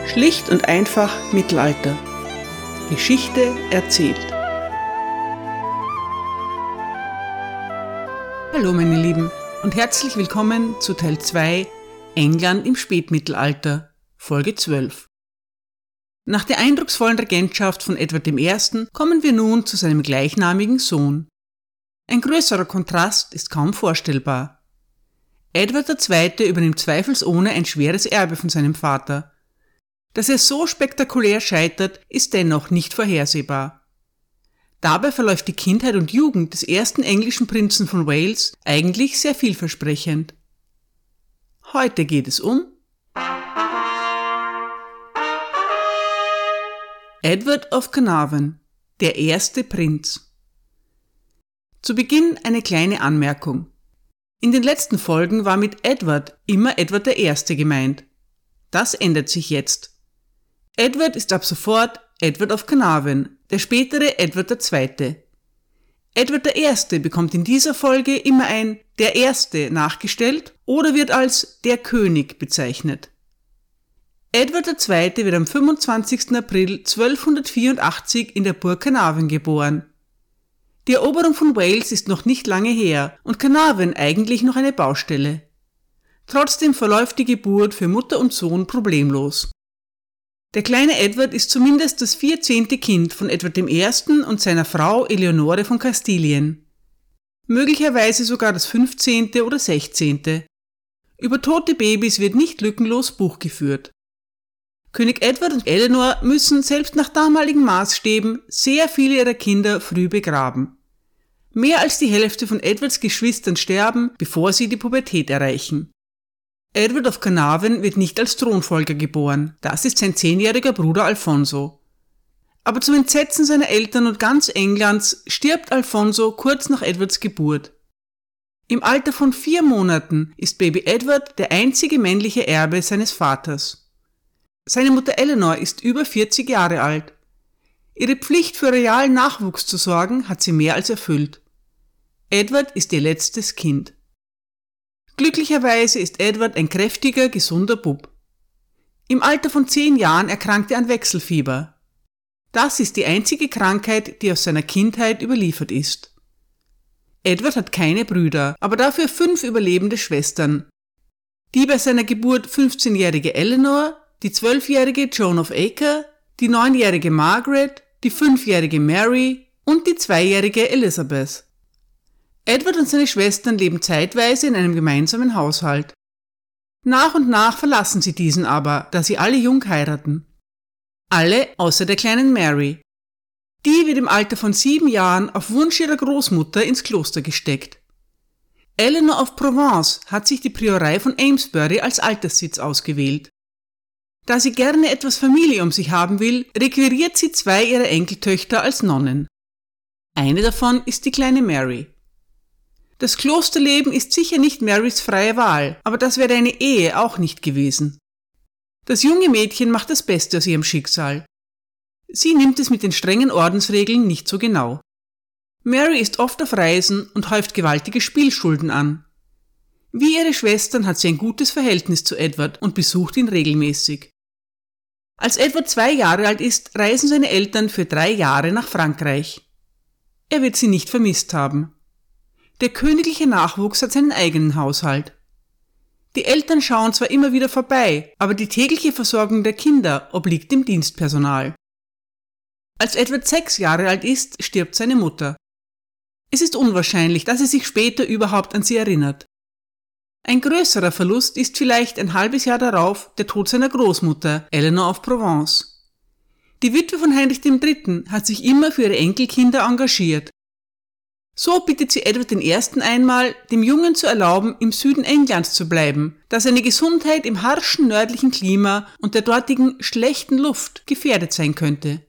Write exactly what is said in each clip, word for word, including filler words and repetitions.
Schlicht und einfach Mittelalter. Geschichte erzählt. Hallo meine Lieben und herzlich willkommen zu Teil zwei England im Spätmittelalter, Folge zwölf. Nach der eindrucksvollen Regentschaft von Edward der Erste kommen wir nun zu seinem gleichnamigen Sohn. Ein größerer Kontrast ist kaum vorstellbar. Edward der Zweite übernimmt zweifelsohne ein schweres Erbe von seinem Vater. Dass er so spektakulär scheitert, ist dennoch nicht vorhersehbar. Dabei verläuft die Kindheit und Jugend des ersten englischen Prinzen von Wales eigentlich sehr vielversprechend. Heute geht es um Edward of Carnarvon, der erste Prinz. Zu Beginn eine kleine Anmerkung. In den letzten Folgen war mit Edward immer Edward der Erste gemeint. Das ändert sich jetzt. Edward ist ab sofort Edward of Carnarvon, der spätere Edward der Zweite. Edward der Erste bekommt in dieser Folge immer ein der Erste nachgestellt oder wird als der König bezeichnet. Edward der Zweite wird am fünfundzwanzigsten April zwölfhundertvierundachtzig in der Burg Carnarvon geboren. Die Eroberung von Wales ist noch nicht lange her und Carnarvon eigentlich noch eine Baustelle. Trotzdem verläuft die Geburt für Mutter und Sohn problemlos. Der kleine Edward ist zumindest das vierzehnte Kind von Edward dem Ersten und seiner Frau Eleonore von Kastilien. Möglicherweise sogar das fünfzehnte oder sechzehnte. Über tote Babys wird nicht lückenlos Buch geführt. König Edward und Eleanor müssen selbst nach damaligen Maßstäben sehr viele ihrer Kinder früh begraben. Mehr als die Hälfte von Edwards Geschwistern sterben, bevor sie die Pubertät erreichen. Edward of Carnarvon wird nicht als Thronfolger geboren, das ist sein zehnjähriger Bruder Alfonso. Aber zum Entsetzen seiner Eltern und ganz Englands stirbt Alfonso kurz nach Edwards Geburt. Im Alter von vier Monaten ist Baby Edward der einzige männliche Erbe seines Vaters. Seine Mutter Eleanor ist über vierzig Jahre alt. Ihre Pflicht für realen Nachwuchs zu sorgen hat sie mehr als erfüllt. Edward ist ihr letztes Kind. Glücklicherweise ist Edward ein kräftiger, gesunder Bub. Im Alter von zehn Jahren erkrankt er an Wechselfieber. Das ist die einzige Krankheit, die aus seiner Kindheit überliefert ist. Edward hat keine Brüder, aber dafür fünf überlebende Schwestern. Die bei seiner Geburt fünfzehnjährige Eleanor, die zwölfjährige Joan of Acre, die neunjährige Margaret, die fünfjährige Mary und die zweijährige Elizabeth. Edward und seine Schwestern leben zeitweise in einem gemeinsamen Haushalt. Nach und nach verlassen sie diesen aber, da sie alle jung heiraten. Alle außer der kleinen Mary. Die wird im Alter von sieben Jahren auf Wunsch ihrer Großmutter ins Kloster gesteckt. Eleanor of Provence hat sich die Priorei von Amesbury als Alterssitz ausgewählt. Da sie gerne etwas Familie um sich haben will, requiriert sie zwei ihrer Enkeltöchter als Nonnen. Eine davon ist die kleine Mary. Das Klosterleben ist sicher nicht Marys freie Wahl, aber das wäre eine Ehe auch nicht gewesen. Das junge Mädchen macht das Beste aus ihrem Schicksal. Sie nimmt es mit den strengen Ordensregeln nicht so genau. Mary ist oft auf Reisen und häuft gewaltige Spielschulden an. Wie ihre Schwestern hat sie ein gutes Verhältnis zu Edward und besucht ihn regelmäßig. Als Edward zwei Jahre alt ist, reisen seine Eltern für drei Jahre nach Frankreich. Er wird sie nicht vermisst haben. Der königliche Nachwuchs hat seinen eigenen Haushalt. Die Eltern schauen zwar immer wieder vorbei, aber die tägliche Versorgung der Kinder obliegt dem Dienstpersonal. Als Edward sechs Jahre alt ist, stirbt seine Mutter. Es ist unwahrscheinlich, dass er sich später überhaupt an sie erinnert. Ein größerer Verlust ist vielleicht ein halbes Jahr darauf der Tod seiner Großmutter, Eleanor of Provence. Die Witwe von Heinrich der Dritte hat sich immer für ihre Enkelkinder engagiert. So bittet sie Edward den Ersten einmal, dem Jungen zu erlauben, im Süden Englands zu bleiben, da seine Gesundheit im harschen nördlichen Klima und der dortigen schlechten Luft gefährdet sein könnte.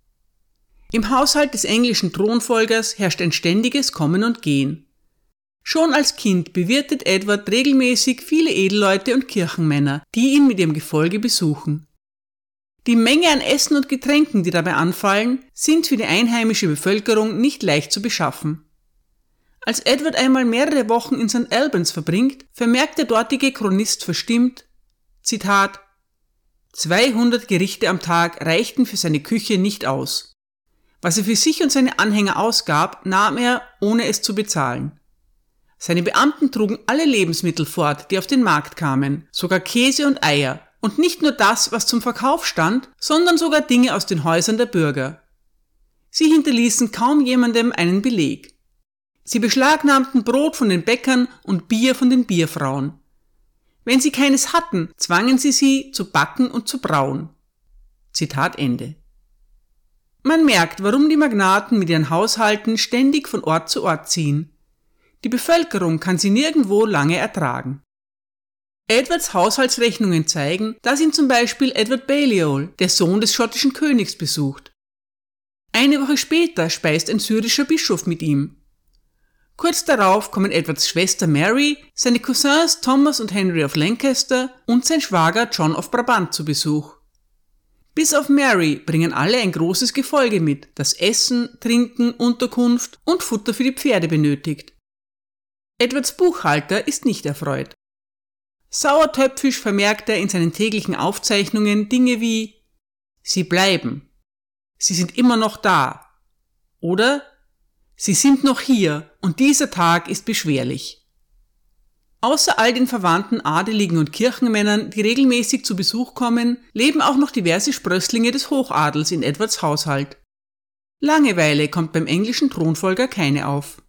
Im Haushalt des englischen Thronfolgers herrscht ein ständiges Kommen und Gehen. Schon als Kind bewirtet Edward regelmäßig viele Edelleute und Kirchenmänner, die ihn mit ihrem Gefolge besuchen. Die Menge an Essen und Getränken, die dabei anfallen, sind für die einheimische Bevölkerung nicht leicht zu beschaffen. Als Edward einmal mehrere Wochen in Sankt Albans verbringt, vermerkt der dortige Chronist verstimmt, Zitat, zweihundert Gerichte am Tag reichten für seine Küche nicht aus. Was er für sich und seine Anhänger ausgab, nahm er, ohne es zu bezahlen. Seine Beamten trugen alle Lebensmittel fort, die auf den Markt kamen, sogar Käse und Eier, und nicht nur das, was zum Verkauf stand, sondern sogar Dinge aus den Häusern der Bürger. Sie hinterließen kaum jemandem einen Beleg. Sie beschlagnahmten Brot von den Bäckern und Bier von den Bierfrauen. Wenn sie keines hatten, zwangen sie sie zu backen und zu brauen. Zitat Ende. Man merkt, warum die Magnaten mit ihren Haushalten ständig von Ort zu Ort ziehen. Die Bevölkerung kann sie nirgendwo lange ertragen. Edwards Haushaltsrechnungen zeigen, dass ihn zum Beispiel Edward Balliol, der Sohn des schottischen Königs, besucht. Eine Woche später speist ein syrischer Bischof mit ihm. Kurz darauf kommen Edwards Schwester Mary, seine Cousins Thomas und Henry of Lancaster und sein Schwager John of Brabant zu Besuch. Bis auf Mary bringen alle ein großes Gefolge mit, das Essen, Trinken, Unterkunft und Futter für die Pferde benötigt. Edwards Buchhalter ist nicht erfreut. Sauertöpfisch vermerkt er in seinen täglichen Aufzeichnungen Dinge wie „Sie bleiben“, „Sie sind immer noch da“ oder „Sie sind noch hier und dieser Tag ist beschwerlich“. Außer all den verwandten Adeligen und Kirchenmännern, die regelmäßig zu Besuch kommen, leben auch noch diverse Sprösslinge des Hochadels in Edwards Haushalt. Langeweile kommt beim englischen Thronfolger keine auf.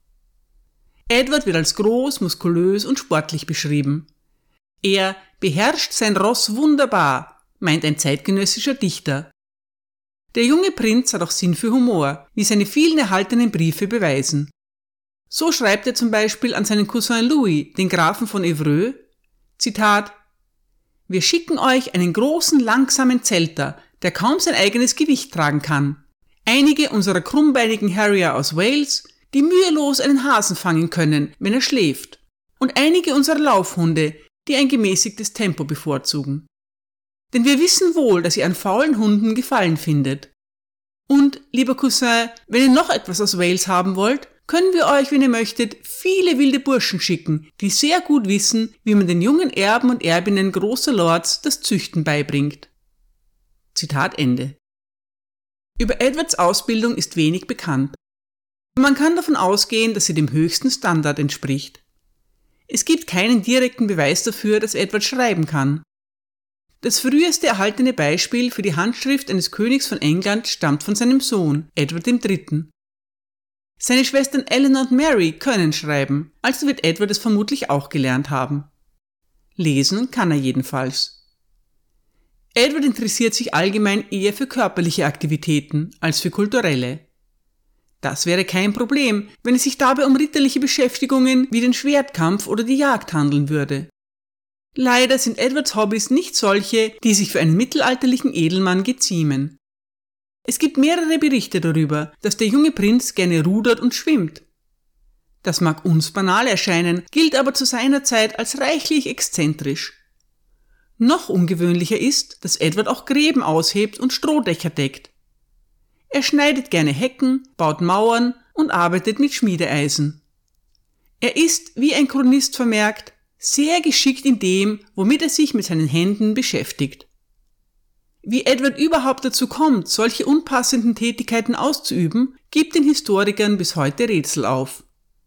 Edward wird als groß, muskulös und sportlich beschrieben. Er beherrscht sein Ross wunderbar, meint ein zeitgenössischer Dichter. Der junge Prinz hat auch Sinn für Humor, wie seine vielen erhaltenen Briefe beweisen. So schreibt er zum Beispiel an seinen Cousin Louis, den Grafen von Evreux, Zitat: „Wir schicken euch einen großen, langsamen Zelter, der kaum sein eigenes Gewicht tragen kann. Einige unserer krummbeinigen Harrier aus Wales, die mühelos einen Hasen fangen können, wenn er schläft. Und einige unserer Laufhunde, die ein gemäßigtes Tempo bevorzugen. Denn wir wissen wohl, dass ihr an faulen Hunden Gefallen findet. Und, lieber Cousin, wenn ihr noch etwas aus Wales haben wollt, können wir euch, wenn ihr möchtet, viele wilde Burschen schicken, die sehr gut wissen, wie man den jungen Erben und Erbinnen großer Lords das Züchten beibringt. Zitat Ende. Über Edwards Ausbildung ist wenig bekannt. Man kann davon ausgehen, dass sie dem höchsten Standard entspricht. Es gibt keinen direkten Beweis dafür, dass Edward schreiben kann. Das früheste erhaltene Beispiel für die Handschrift eines Königs von England stammt von seinem Sohn, Edward der Dritte. Seine Schwestern Eleanor und Mary können schreiben, also wird Edward es vermutlich auch gelernt haben. Lesen kann er jedenfalls. Edward interessiert sich allgemein eher für körperliche Aktivitäten als für kulturelle. Das wäre kein Problem, wenn es sich dabei um ritterliche Beschäftigungen wie den Schwertkampf oder die Jagd handeln würde. Leider sind Edwards Hobbys nicht solche, die sich für einen mittelalterlichen Edelmann geziemen. Es gibt mehrere Berichte darüber, dass der junge Prinz gerne rudert und schwimmt. Das mag uns banal erscheinen, gilt aber zu seiner Zeit als reichlich exzentrisch. Noch ungewöhnlicher ist, dass Edward auch Gräben aushebt und Strohdächer deckt. Er schneidet gerne Hecken, baut Mauern und arbeitet mit Schmiedeeisen. Er ist, wie ein Chronist vermerkt, sehr geschickt in dem, womit er sich mit seinen Händen beschäftigt. Wie Edward überhaupt dazu kommt, solche unpassenden Tätigkeiten auszuüben, gibt den Historikern bis heute Rätsel auf.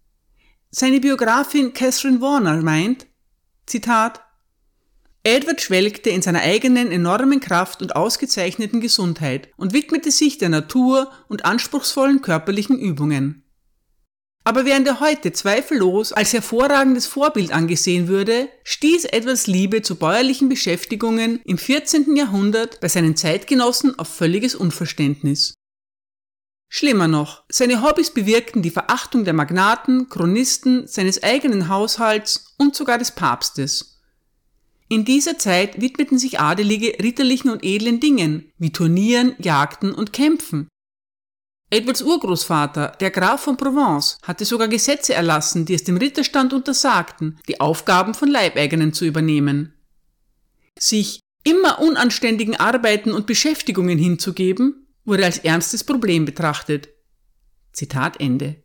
Seine Biografin Catherine Warner meint, Zitat: Edward schwelgte in seiner eigenen enormen Kraft und ausgezeichneten Gesundheit und widmete sich der Natur und anspruchsvollen körperlichen Übungen. Aber während er heute zweifellos als hervorragendes Vorbild angesehen würde, stieß Edwards Liebe zu bäuerlichen Beschäftigungen im vierzehnten Jahrhundert bei seinen Zeitgenossen auf völliges Unverständnis. Schlimmer noch, seine Hobbys bewirkten die Verachtung der Magnaten, Chronisten, seines eigenen Haushalts und sogar des Papstes. In dieser Zeit widmeten sich Adelige ritterlichen und edlen Dingen, wie Turnieren, Jagden und Kämpfen. Edwards Urgroßvater, der Graf von Provence, hatte sogar Gesetze erlassen, die es dem Ritterstand untersagten, die Aufgaben von Leibeigenen zu übernehmen. Sich immer unanständigen Arbeiten und Beschäftigungen hinzugeben, wurde als ernstes Problem betrachtet. Zitat Ende.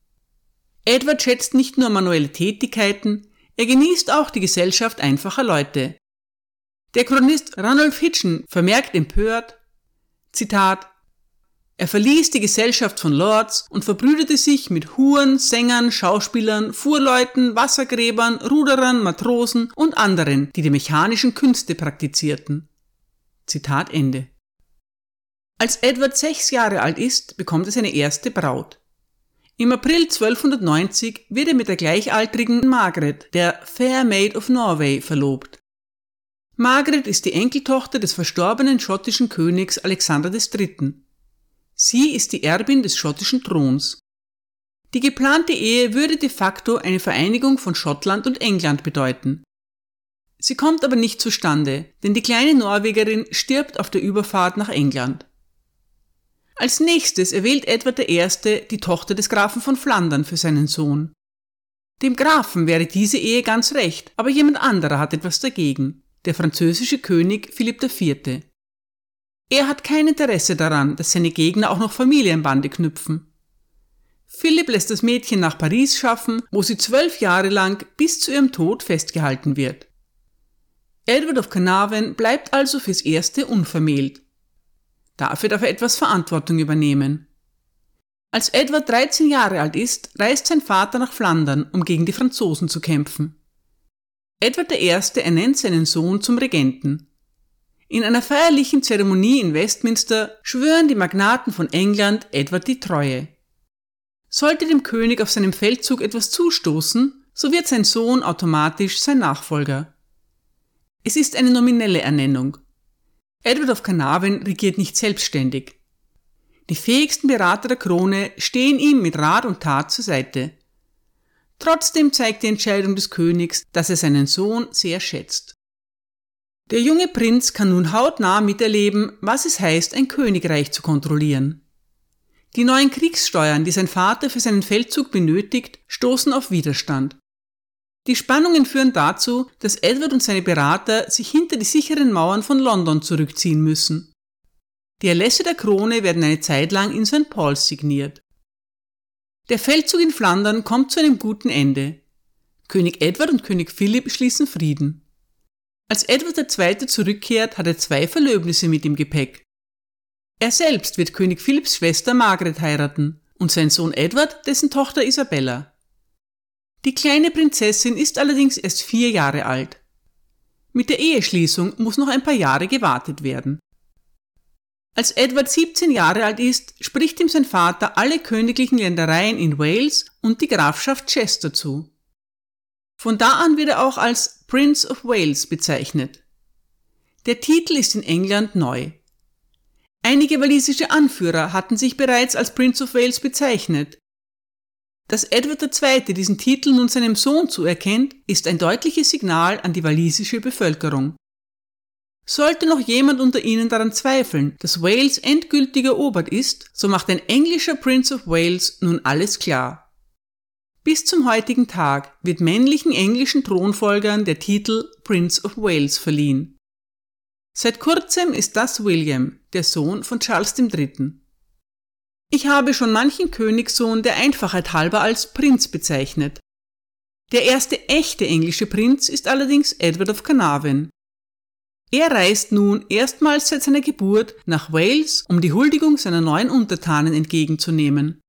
Edward schätzt nicht nur manuelle Tätigkeiten, er genießt auch die Gesellschaft einfacher Leute. Der Chronist Ranulph Hitchen vermerkt empört, Zitat, er verließ die Gesellschaft von Lords und verbrüderte sich mit Huren, Sängern, Schauspielern, Fuhrleuten, Wassergräbern, Ruderern, Matrosen und anderen, die die mechanischen Künste praktizierten. Zitat Ende. Als Edward sechs Jahre alt ist, bekommt er seine erste Braut. Im April zwölfhundertneunzig wird er mit der gleichaltrigen Margaret, der Fair Maid of Norway, verlobt. Margaret ist die Enkeltochter des verstorbenen schottischen Königs Alexander der Dritte. Sie ist die Erbin des schottischen Throns. Die geplante Ehe würde de facto eine Vereinigung von Schottland und England bedeuten. Sie kommt aber nicht zustande, denn die kleine Norwegerin stirbt auf der Überfahrt nach England. Als nächstes erwählt Edward der Erste die Tochter des Grafen von Flandern für seinen Sohn. Dem Grafen wäre diese Ehe ganz recht, aber jemand anderer hat etwas dagegen, der französische König Philipp der Vierte. Er hat kein Interesse daran, dass seine Gegner auch noch Familienbande knüpfen. Philipp lässt das Mädchen nach Paris schaffen, wo sie zwölf Jahre lang bis zu ihrem Tod festgehalten wird. Edward of Carnarvon bleibt also fürs Erste unvermählt. Dafür darf er etwas Verantwortung übernehmen. Als Edward dreizehn Jahre alt ist, reist sein Vater nach Flandern, um gegen die Franzosen zu kämpfen. Edward der Erste ernennt seinen Sohn zum Regenten. In einer feierlichen Zeremonie in Westminster schwören die Magnaten von England Edward die Treue. Sollte dem König auf seinem Feldzug etwas zustoßen, so wird sein Sohn automatisch sein Nachfolger. Es ist eine nominelle Ernennung. Edward of Carnarvon regiert nicht selbstständig. Die fähigsten Berater der Krone stehen ihm mit Rat und Tat zur Seite. Trotzdem zeigt die Entscheidung des Königs, dass er seinen Sohn sehr schätzt. Der junge Prinz kann nun hautnah miterleben, was es heißt, ein Königreich zu kontrollieren. Die neuen Kriegssteuern, die sein Vater für seinen Feldzug benötigt, stoßen auf Widerstand. Die Spannungen führen dazu, dass Edward und seine Berater sich hinter die sicheren Mauern von London zurückziehen müssen. Die Erlässe der Krone werden eine Zeit lang in Sankt Paul's signiert. Der Feldzug in Flandern kommt zu einem guten Ende. König Edward und König Philipp schließen Frieden. Als Edward der Zweite zurückkehrt, hat er zwei Verlöbnisse mit im Gepäck. Er selbst wird König Philipps Schwester Margaret heiraten und sein Sohn Edward dessen Tochter Isabella. Die kleine Prinzessin ist allerdings erst vier Jahre alt. Mit der Eheschließung muss noch ein paar Jahre gewartet werden. Als Edward siebzehn Jahre alt ist, spricht ihm sein Vater alle königlichen Ländereien in Wales und die Grafschaft Chester zu. Von da an wird er auch als Prince of Wales bezeichnet. Der Titel ist in England neu. Einige walisische Anführer hatten sich bereits als Prince of Wales bezeichnet. Dass Edward der Zweite diesen Titel nun seinem Sohn zuerkennt, ist ein deutliches Signal an die walisische Bevölkerung. Sollte noch jemand unter Ihnen daran zweifeln, dass Wales endgültig erobert ist, so macht ein englischer Prince of Wales nun alles klar. Bis zum heutigen Tag wird männlichen englischen Thronfolgern der Titel Prince of Wales verliehen. Seit kurzem ist das William, der Sohn von Charles der Dritte. Ich habe schon manchen Königssohn der Einfachheit halber als Prinz bezeichnet. Der erste echte englische Prinz ist allerdings Edward of Carnarvon. Er reist nun erstmals seit seiner Geburt nach Wales, um die Huldigung seiner neuen Untertanen entgegenzunehmen.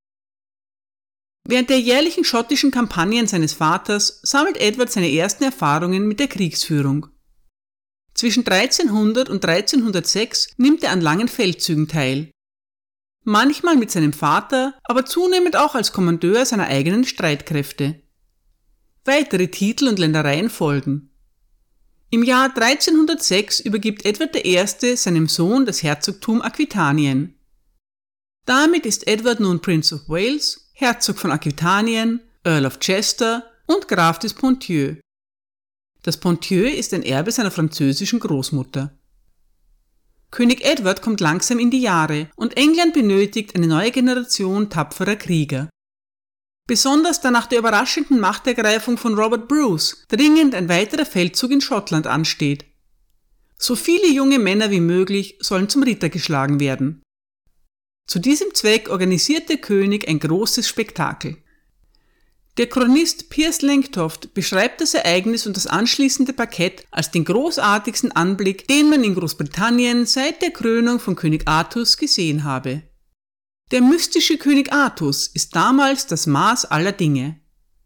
Während der jährlichen schottischen Kampagnen seines Vaters sammelt Edward seine ersten Erfahrungen mit der Kriegsführung. Zwischen dreizehnhundert und dreizehnhundertsechs nimmt er an langen Feldzügen teil. Manchmal mit seinem Vater, aber zunehmend auch als Kommandeur seiner eigenen Streitkräfte. Weitere Titel und Ländereien folgen. Im Jahr dreizehnhundertsechs übergibt Edward der Erste seinem Sohn das Herzogtum Aquitanien. Damit ist Edward nun Prince of Wales, Herzog von Aquitanien, Earl of Chester und Graf des Ponthieu. Das Ponthieu ist ein Erbe seiner französischen Großmutter. König Edward kommt langsam in die Jahre und England benötigt eine neue Generation tapferer Krieger. Besonders da nach der überraschenden Machtergreifung von Robert Bruce dringend ein weiterer Feldzug in Schottland ansteht. So viele junge Männer wie möglich sollen zum Ritter geschlagen werden. Zu diesem Zweck organisiert der König ein großes Spektakel. Der Chronist Piers Langtoft beschreibt das Ereignis und das anschließende Parkett als den großartigsten Anblick, den man in Großbritannien seit der Krönung von König Artus gesehen habe. Der mystische König Artus ist damals das Maß aller Dinge.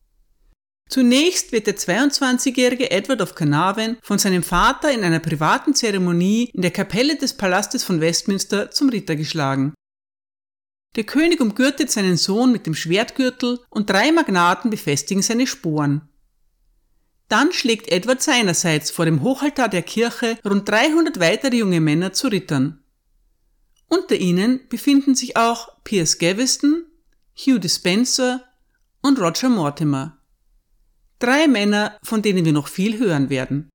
Zunächst wird der zweiundzwanzigjährige Edward of Carnarvon von seinem Vater in einer privaten Zeremonie in der Kapelle des Palastes von Westminster zum Ritter geschlagen. Der König umgürtet seinen Sohn mit dem Schwertgürtel und drei Magnaten befestigen seine Sporen. Dann schlägt Edward seinerseits vor dem Hochaltar der Kirche rund dreihundert weitere junge Männer zu Rittern. Unter ihnen befinden sich auch Piers Gaveston, Hugh Despenser und Roger Mortimer. Drei Männer, von denen wir noch viel hören werden.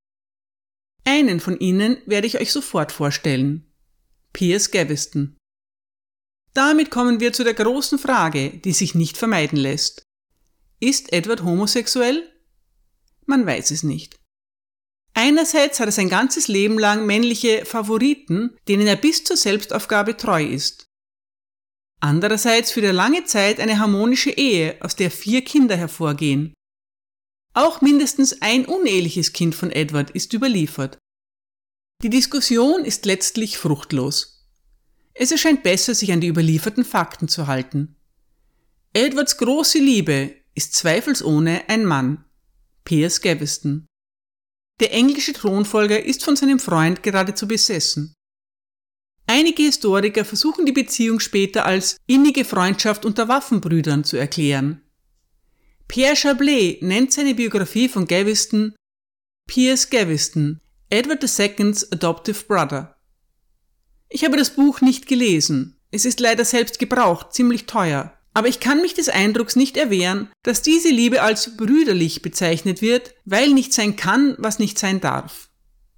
Einen von ihnen werde ich euch sofort vorstellen. Piers Gaveston. Damit kommen wir zu der großen Frage, die sich nicht vermeiden lässt. Ist Edward homosexuell? Man weiß es nicht. Einerseits hat er sein ganzes Leben lang männliche Favoriten, denen er bis zur Selbstaufgabe treu ist. Andererseits führt er lange Zeit eine harmonische Ehe, aus der vier Kinder hervorgehen. Auch mindestens ein uneheliches Kind von Edward ist überliefert. Die Diskussion ist letztlich fruchtlos. Es erscheint besser, sich an die überlieferten Fakten zu halten. Edwards große Liebe ist zweifelsohne ein Mann, Piers Gaveston. Der englische Thronfolger ist von seinem Freund geradezu besessen. Einige Historiker versuchen die Beziehung später als innige Freundschaft unter Waffenbrüdern zu erklären. Pierre Chablais nennt seine Biografie von Gaveston Piers Gaveston, Edward the Second's Adoptive Brother. Ich habe das Buch nicht gelesen. Es ist leider selbst gebraucht, ziemlich teuer. Aber ich kann mich des Eindrucks nicht erwehren, dass diese Liebe als brüderlich bezeichnet wird, weil nicht sein kann, was nicht sein darf.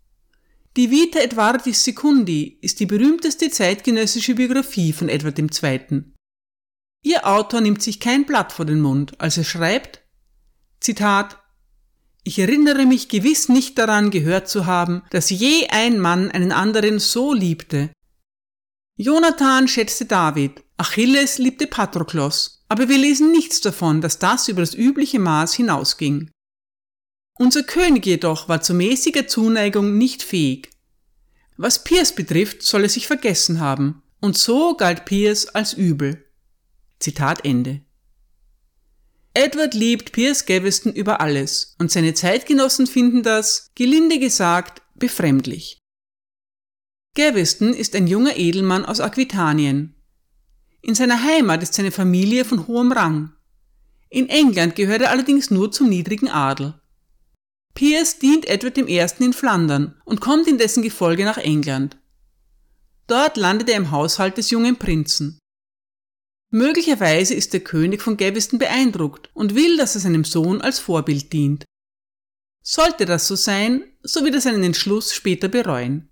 Die Vita Edwardis Secundi ist die berühmteste zeitgenössische Biografie von Edward der Zweite. Ihr Autor nimmt sich kein Blatt vor den Mund, als er schreibt, Zitat, Ich erinnere mich gewiss nicht daran gehört zu haben, dass je ein Mann einen anderen so liebte. Jonathan schätzte David, Achilles liebte Patroklos, aber wir lesen nichts davon, dass das über das übliche Maß hinausging. Unser König jedoch war zu mäßiger Zuneigung nicht fähig. Was Piers betrifft, soll er sich vergessen haben, und so galt Piers als übel. Zitat Ende. Edward liebt Piers Gaveston über alles, und seine Zeitgenossen finden das, gelinde gesagt, befremdlich. Gaveston ist ein junger Edelmann aus Aquitanien. In seiner Heimat ist seine Familie von hohem Rang. In England gehört er allerdings nur zum niedrigen Adel. Piers dient Edward der Erste in Flandern und kommt in dessen Gefolge nach England. Dort landet er im Haushalt des jungen Prinzen. Möglicherweise ist der König von Gaveston beeindruckt und will, dass er seinem Sohn als Vorbild dient. Sollte das so sein, so wird er seinen Entschluss später bereuen.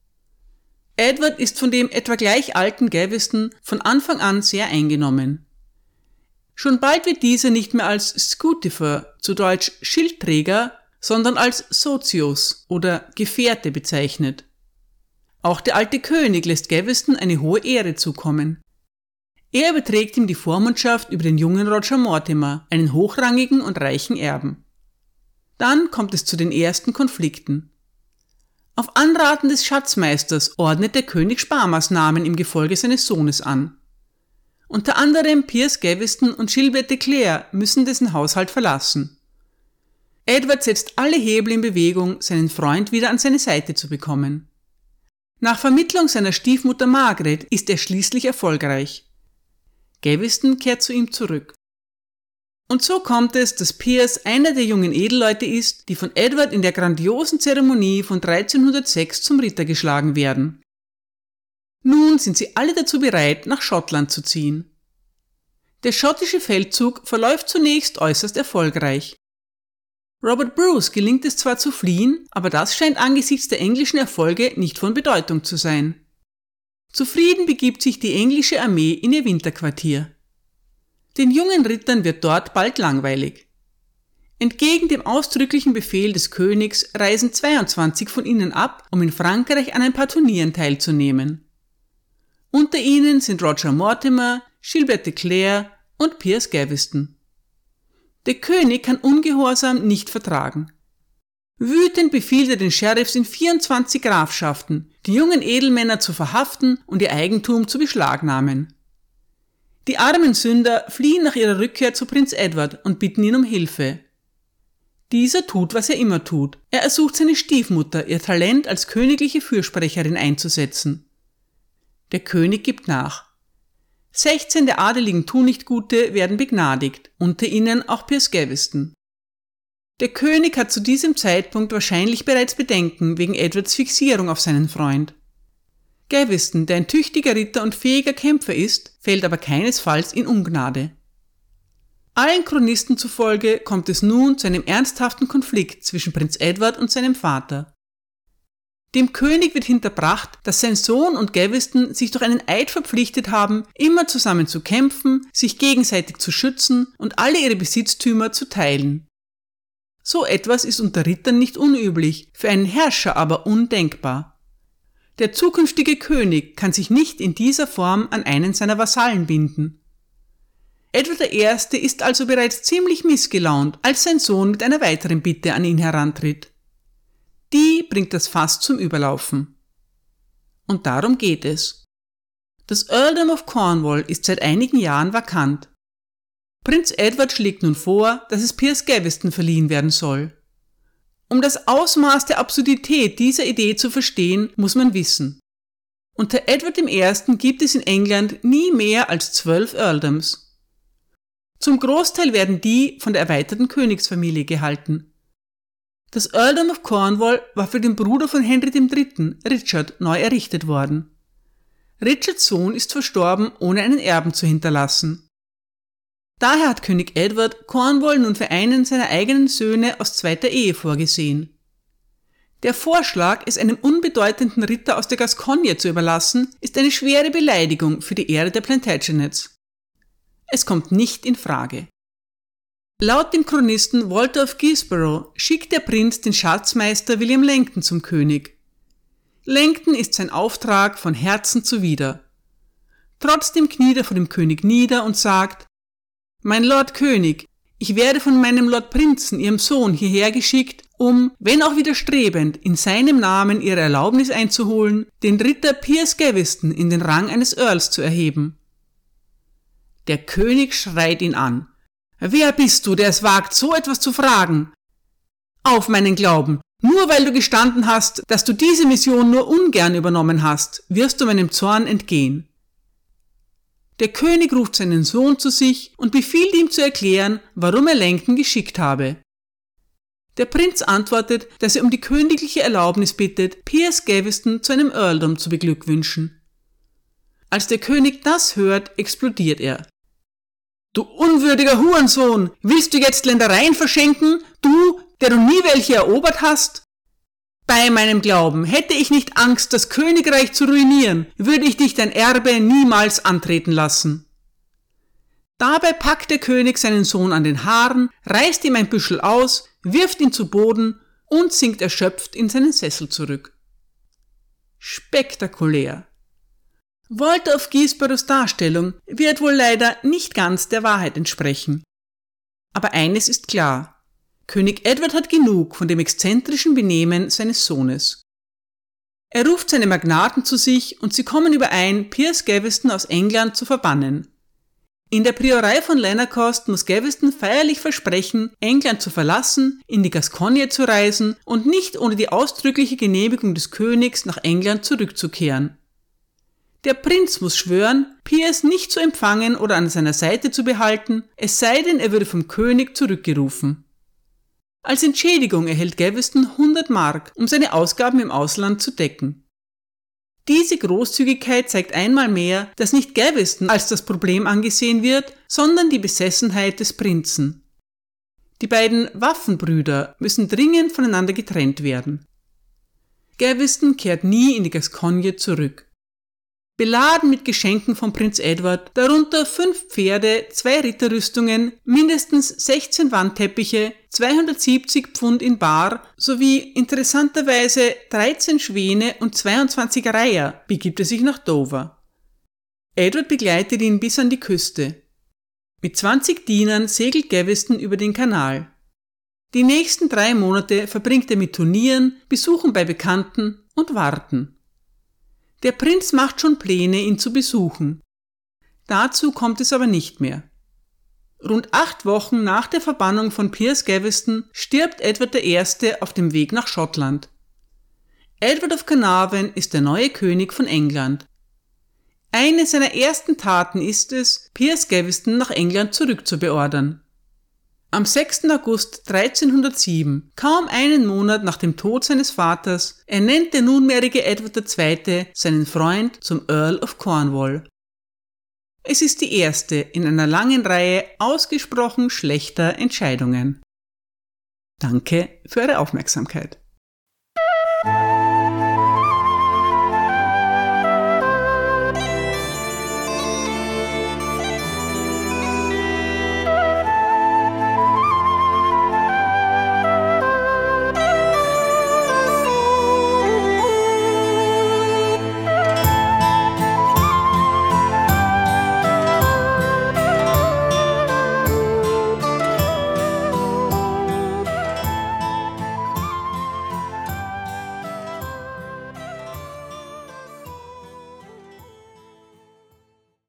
Edward ist von dem etwa gleich alten Gaveston von Anfang an sehr eingenommen. Schon bald wird dieser nicht mehr als Scutifer, zu Deutsch Schildträger, sondern als Sozius oder Gefährte bezeichnet. Auch der alte König lässt Gaveston eine hohe Ehre zukommen. Er überträgt ihm die Vormundschaft über den jungen Roger Mortimer, einen hochrangigen und reichen Erben. Dann kommt es zu den ersten Konflikten. Auf Anraten des Schatzmeisters ordnet der König Sparmaßnahmen im Gefolge seines Sohnes an. Unter anderem Piers Gaveston und Gilbert de Clare müssen dessen Haushalt verlassen. Edward setzt alle Hebel in Bewegung, seinen Freund wieder an seine Seite zu bekommen. Nach Vermittlung seiner Stiefmutter Margaret ist er schließlich erfolgreich. Gaveston kehrt zu ihm zurück. Und so kommt es, dass Piers einer der jungen Edelleute ist, die von Edward in der grandiosen Zeremonie von dreizehnhundertsechs zum Ritter geschlagen werden. Nun sind sie alle dazu bereit, nach Schottland zu ziehen. Der schottische Feldzug verläuft zunächst äußerst erfolgreich. Robert Bruce gelingt es zwar zu fliehen, aber das scheint angesichts der englischen Erfolge nicht von Bedeutung zu sein. Zufrieden begibt sich die englische Armee in ihr Winterquartier. Den jungen Rittern wird dort bald langweilig. Entgegen dem ausdrücklichen Befehl des Königs reisen zweiundzwanzig von ihnen ab, um in Frankreich an ein paar Turnieren teilzunehmen. Unter ihnen sind Roger Mortimer, Gilbert de Clare und Piers Gaveston. Der König kann Ungehorsam nicht vertragen. Wütend befiehlt er den Sheriffs in vierundzwanzig Grafschaften, die jungen Edelmänner zu verhaften und ihr Eigentum zu beschlagnahmen. Die armen Sünder fliehen nach ihrer Rückkehr zu Prinz Edward und bitten ihn um Hilfe. Dieser tut, was er immer tut. Er ersucht seine Stiefmutter, ihr Talent als königliche Fürsprecherin einzusetzen. Der König gibt nach. Sechzehn der adeligen Tunichtgute werden begnadigt, unter ihnen auch Piers Gaveston. Der König hat zu diesem Zeitpunkt wahrscheinlich bereits Bedenken wegen Edwards Fixierung auf seinen Freund. Gaveston, der ein tüchtiger Ritter und fähiger Kämpfer ist, fällt aber keinesfalls in Ungnade. Allen Chronisten zufolge kommt es nun zu einem ernsthaften Konflikt zwischen Prinz Edward und seinem Vater. Dem König wird hinterbracht, dass sein Sohn und Gaveston sich durch einen Eid verpflichtet haben, immer zusammen zu kämpfen, sich gegenseitig zu schützen und alle ihre Besitztümer zu teilen. So etwas ist unter Rittern nicht unüblich, für einen Herrscher aber undenkbar. Der zukünftige König kann sich nicht in dieser Form an einen seiner Vasallen binden. Edward der Erste ist also bereits ziemlich missgelaunt, als sein Sohn mit einer weiteren Bitte an ihn herantritt. Die bringt das Fass zum Überlaufen. Und darum geht es. Das Earldom of Cornwall ist seit einigen Jahren vakant. Prinz Edward schlägt nun vor, dass es Piers Gaveston verliehen werden soll. Um das Ausmaß der Absurdität dieser Idee zu verstehen, muss man wissen: Unter Edward der Erste gibt es in England nie mehr als zwölf Earldoms. Zum Großteil werden die von der erweiterten Königsfamilie gehalten. Das Earldom of Cornwall war für den Bruder von Henry der Dritte, Richard, neu errichtet worden. Richards Sohn ist verstorben, ohne einen Erben zu hinterlassen. Daher hat König Edward Cornwall nun für einen seiner eigenen Söhne aus zweiter Ehe vorgesehen. Der Vorschlag, es einem unbedeutenden Ritter aus der Gascogne zu überlassen, ist eine schwere Beleidigung für die Ehre der Plantagenets. Es kommt nicht in Frage. Laut dem Chronisten Walter of Guisborough schickt der Prinz den Schatzmeister William Langton zum König. Langton ist sein Auftrag von Herzen zuwider. Trotzdem kniet er vor dem König nieder und sagt: Mein Lord König, ich werde von meinem Lord Prinzen, ihrem Sohn, hierher geschickt, um, wenn auch widerstrebend, in seinem Namen ihre Erlaubnis einzuholen, den Ritter Piers Gaveston in den Rang eines Earls zu erheben. Der König schreit ihn an: Wer bist du, der es wagt, so etwas zu fragen? Auf meinen Glauben, nur weil du gestanden hast, dass du diese Mission nur ungern übernommen hast, wirst du meinem Zorn entgehen. Der König ruft seinen Sohn zu sich und befiehlt ihm zu erklären, warum er Langton geschickt habe. Der Prinz antwortet, dass er um die königliche Erlaubnis bittet, Piers Gaveston zu einem Earldom zu beglückwünschen. Als der König das hört, explodiert er. Du unwürdiger Hurensohn, willst du jetzt Ländereien verschenken, du, der du nie welche erobert hast? Bei meinem Glauben, hätte ich nicht Angst, das Königreich zu ruinieren, würde ich dich dein Erbe niemals antreten lassen. Dabei packt der König seinen Sohn an den Haaren, reißt ihm ein Büschel aus, wirft ihn zu Boden und sinkt erschöpft in seinen Sessel zurück. Spektakulär. Walter of Guisboroughs Darstellung wird wohl leider nicht ganz der Wahrheit entsprechen. Aber eines ist klar: König Edward hat genug von dem exzentrischen Benehmen seines Sohnes. Er ruft seine Magnaten zu sich und sie kommen überein, Piers Gaveston aus England zu verbannen. In der Priorei von Lanercost muss Gaveston feierlich versprechen, England zu verlassen, in die Gascogne zu reisen und nicht ohne die ausdrückliche Genehmigung des Königs nach England zurückzukehren. Der Prinz muss schwören, Piers nicht zu empfangen oder an seiner Seite zu behalten, es sei denn, er würde vom König zurückgerufen. Als Entschädigung erhält Gaveston hundert Mark, um seine Ausgaben im Ausland zu decken. Diese Großzügigkeit zeigt einmal mehr, dass nicht Gaveston als das Problem angesehen wird, sondern die Besessenheit des Prinzen. Die beiden Waffenbrüder müssen dringend voneinander getrennt werden. Gaveston kehrt nie in die Gascogne zurück. Beladen mit Geschenken von Prinz Edward, darunter fünf Pferde, zwei Ritterrüstungen, mindestens sechzehn Wandteppiche, zweihundertsiebzig Pfund in Bar sowie interessanterweise dreizehn Schwäne und zweiundzwanzig Reiher begibt er sich nach Dover. Edward begleitet ihn bis an die Küste. Mit zwanzig Dienern segelt Gaveston über den Kanal. Die nächsten drei Monate verbringt er mit Turnieren, Besuchen bei Bekannten und Warten. Der Prinz macht schon Pläne, ihn zu besuchen. Dazu kommt es aber nicht mehr. Rund acht Wochen nach der Verbannung von Piers Gaveston stirbt Edward der Erste auf dem Weg nach Schottland. Edward of Carnarvon ist der neue König von England. Eine seiner ersten Taten ist es, Piers Gaveston nach England zurückzubeordern. Am sechsten August dreizehnhundertsieben, kaum einen Monat nach dem Tod seines Vaters, ernennt der nunmehrige Edward der Zweite seinen Freund zum Earl of Cornwall. Es ist die erste in einer langen Reihe ausgesprochen schlechter Entscheidungen. Danke für eure Aufmerksamkeit.